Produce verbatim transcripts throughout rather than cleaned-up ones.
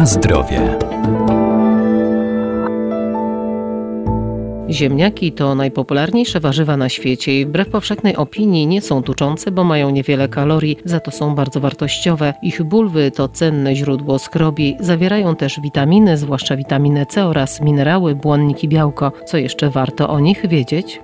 Na zdrowie. Ziemniaki to najpopularniejsze warzywa na świecie i wbrew powszechnej opinii nie są tuczące, bo mają niewiele kalorii, za to są bardzo wartościowe. Ich bulwy to cenne źródło skrobi, zawierają też witaminy, zwłaszcza witaminę C oraz minerały, błonnik i białko. Co jeszcze warto o nich wiedzieć?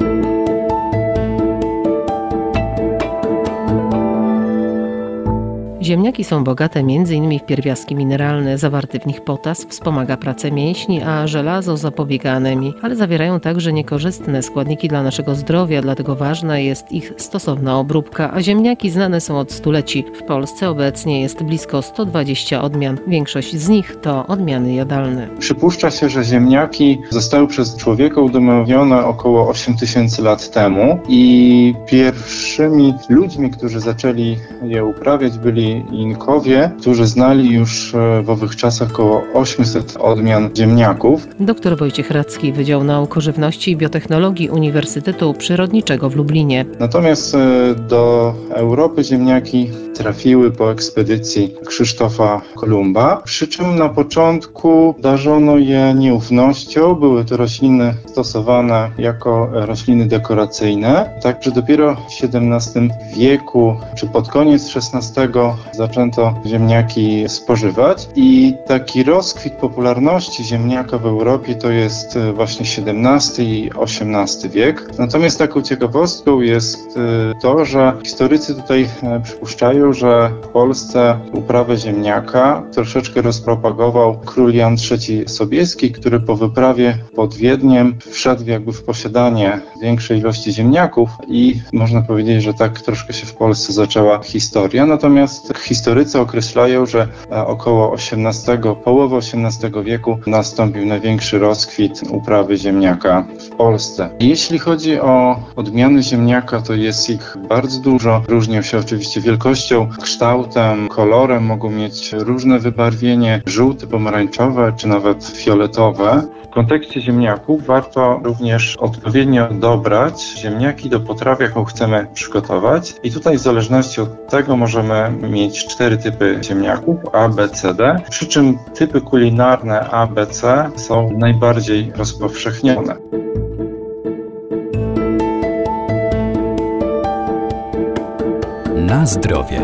Ziemniaki są bogate m in w pierwiastki mineralne, zawarty w nich potas wspomaga pracę mięśni, a żelazo zapobiega anemii, ale zawierają także niekorzystne składniki dla naszego zdrowia, dlatego ważna jest ich stosowna obróbka, a ziemniaki znane są od stuleci. W Polsce obecnie jest blisko sto dwadzieścia odmian. Większość z nich to odmiany jadalne. Przypuszcza się, że ziemniaki zostały przez człowieka udomowione około osiem tysięcy lat temu i pierwszymi ludźmi, którzy zaczęli je uprawiać, byli Inkowie, którzy znali już w owych czasach około osiemset odmian ziemniaków. Doktor Wojciech Radzki, Wydział Nauk o Żywności i Biotechnologii Uniwersytetu Przyrodniczego w Lublinie. Natomiast do Europy ziemniaki trafiły po ekspedycji Krzysztofa Kolumba, przy czym na początku darzono je nieufnością. Były to rośliny stosowane jako rośliny dekoracyjne. Także dopiero w siedemnastym wieku, czy pod koniec szesnastego zaczęto ziemniaki spożywać i taki rozkwit popularności ziemniaka w Europie to jest właśnie siedemnasty i osiemnasty wiek. Natomiast taką ciekawostką jest to, że historycy tutaj przypuszczają, że w Polsce uprawę ziemniaka troszeczkę rozpropagował król Jan trzeci Sobieski, który po wyprawie pod Wiedniem wszedł jakby w posiadanie większej ilości ziemniaków i można powiedzieć, że tak troszkę się w Polsce zaczęła historia. Natomiast historycy określają, że około osiemnastego, połowy osiemnastego wieku nastąpił największy rozkwit uprawy ziemniaka w Polsce. Jeśli chodzi o odmiany ziemniaka, to jest ich bardzo dużo. Różnią się oczywiście wielkością, kształtem, kolorem, mogą mieć różne wybarwienie, żółte, pomarańczowe czy nawet fioletowe. W kontekście ziemniaków warto również odpowiednio dobrać ziemniaki do potrawy, jaką chcemy przygotować. I tutaj w zależności od tego możemy mieć cztery typy ziemniaków A, B, C, D, przy czym typy kulinarne A, B, C są najbardziej rozpowszechnione. Na zdrowie.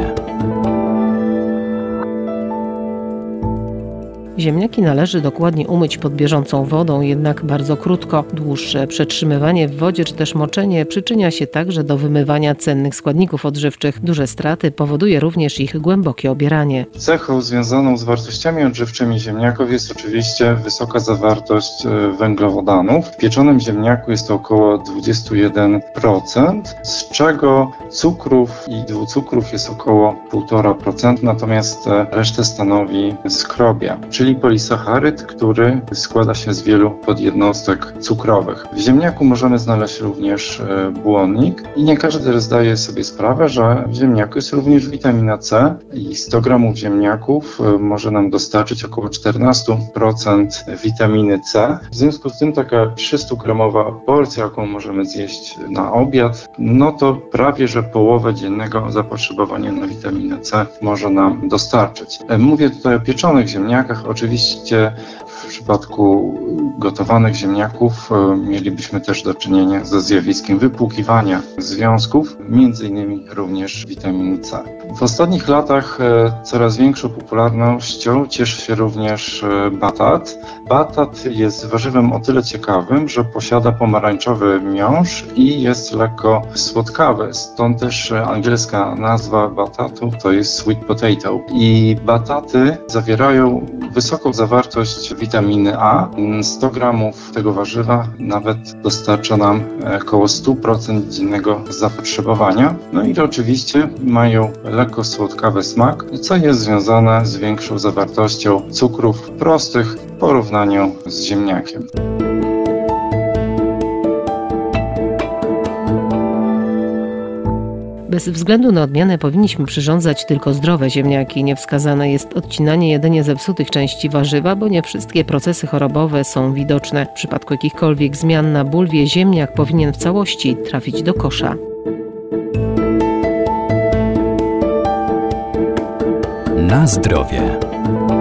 Ziemniaki należy dokładnie umyć pod bieżącą wodą, jednak bardzo krótko. Dłuższe przetrzymywanie w wodzie czy też moczenie przyczynia się także do wymywania cennych składników odżywczych. Duże straty powoduje również ich głębokie obieranie. Cechą związaną z wartościami odżywczymi ziemniaków jest oczywiście wysoka zawartość węglowodanów. W pieczonym ziemniaku jest to około dwadzieścia jeden procent, z czego cukrów i dwucukrów jest około półtora procent, natomiast resztę stanowi skrobia, czyli polisacharyd, który składa się z wielu podjednostek cukrowych. W ziemniaku możemy znaleźć również błonnik i nie każdy zdaje sobie sprawę, że w ziemniaku jest również witamina C i sto gramów ziemniaków może nam dostarczyć około czternaście procent witaminy C. W związku z tym taka trzystugramowa porcja, jaką możemy zjeść na obiad, no to prawie że połowę dziennego zapotrzebowania na witaminę C może nam dostarczyć. Mówię tutaj o pieczonych ziemniakach. Oczywiście w przypadku gotowanych ziemniaków mielibyśmy też do czynienia ze zjawiskiem wypłukiwania związków, między innymi również witaminy C. W ostatnich latach coraz większą popularnością cieszy się również batat. Batat jest warzywem o tyle ciekawym, że posiada pomarańczowy miąższ i jest lekko słodkawy. Stąd też angielska nazwa batatu to jest sweet potato. I bataty zawierają wysoką zawartość witaminy A. sto gramów tego warzywa nawet dostarcza nam około sto procent dziennego zapotrzebowania. No i oczywiście mają lekko słodkawy smak, co jest związane z większą zawartością cukrów prostych w porównaniu z ziemniakiem. Bez względu na odmianę powinniśmy przyrządzać tylko zdrowe ziemniaki. Niewskazane jest odcinanie jedynie zepsutych części warzywa, bo nie wszystkie procesy chorobowe są widoczne. W przypadku jakichkolwiek zmian na bulwie ziemniak powinien w całości trafić do kosza. Na zdrowie.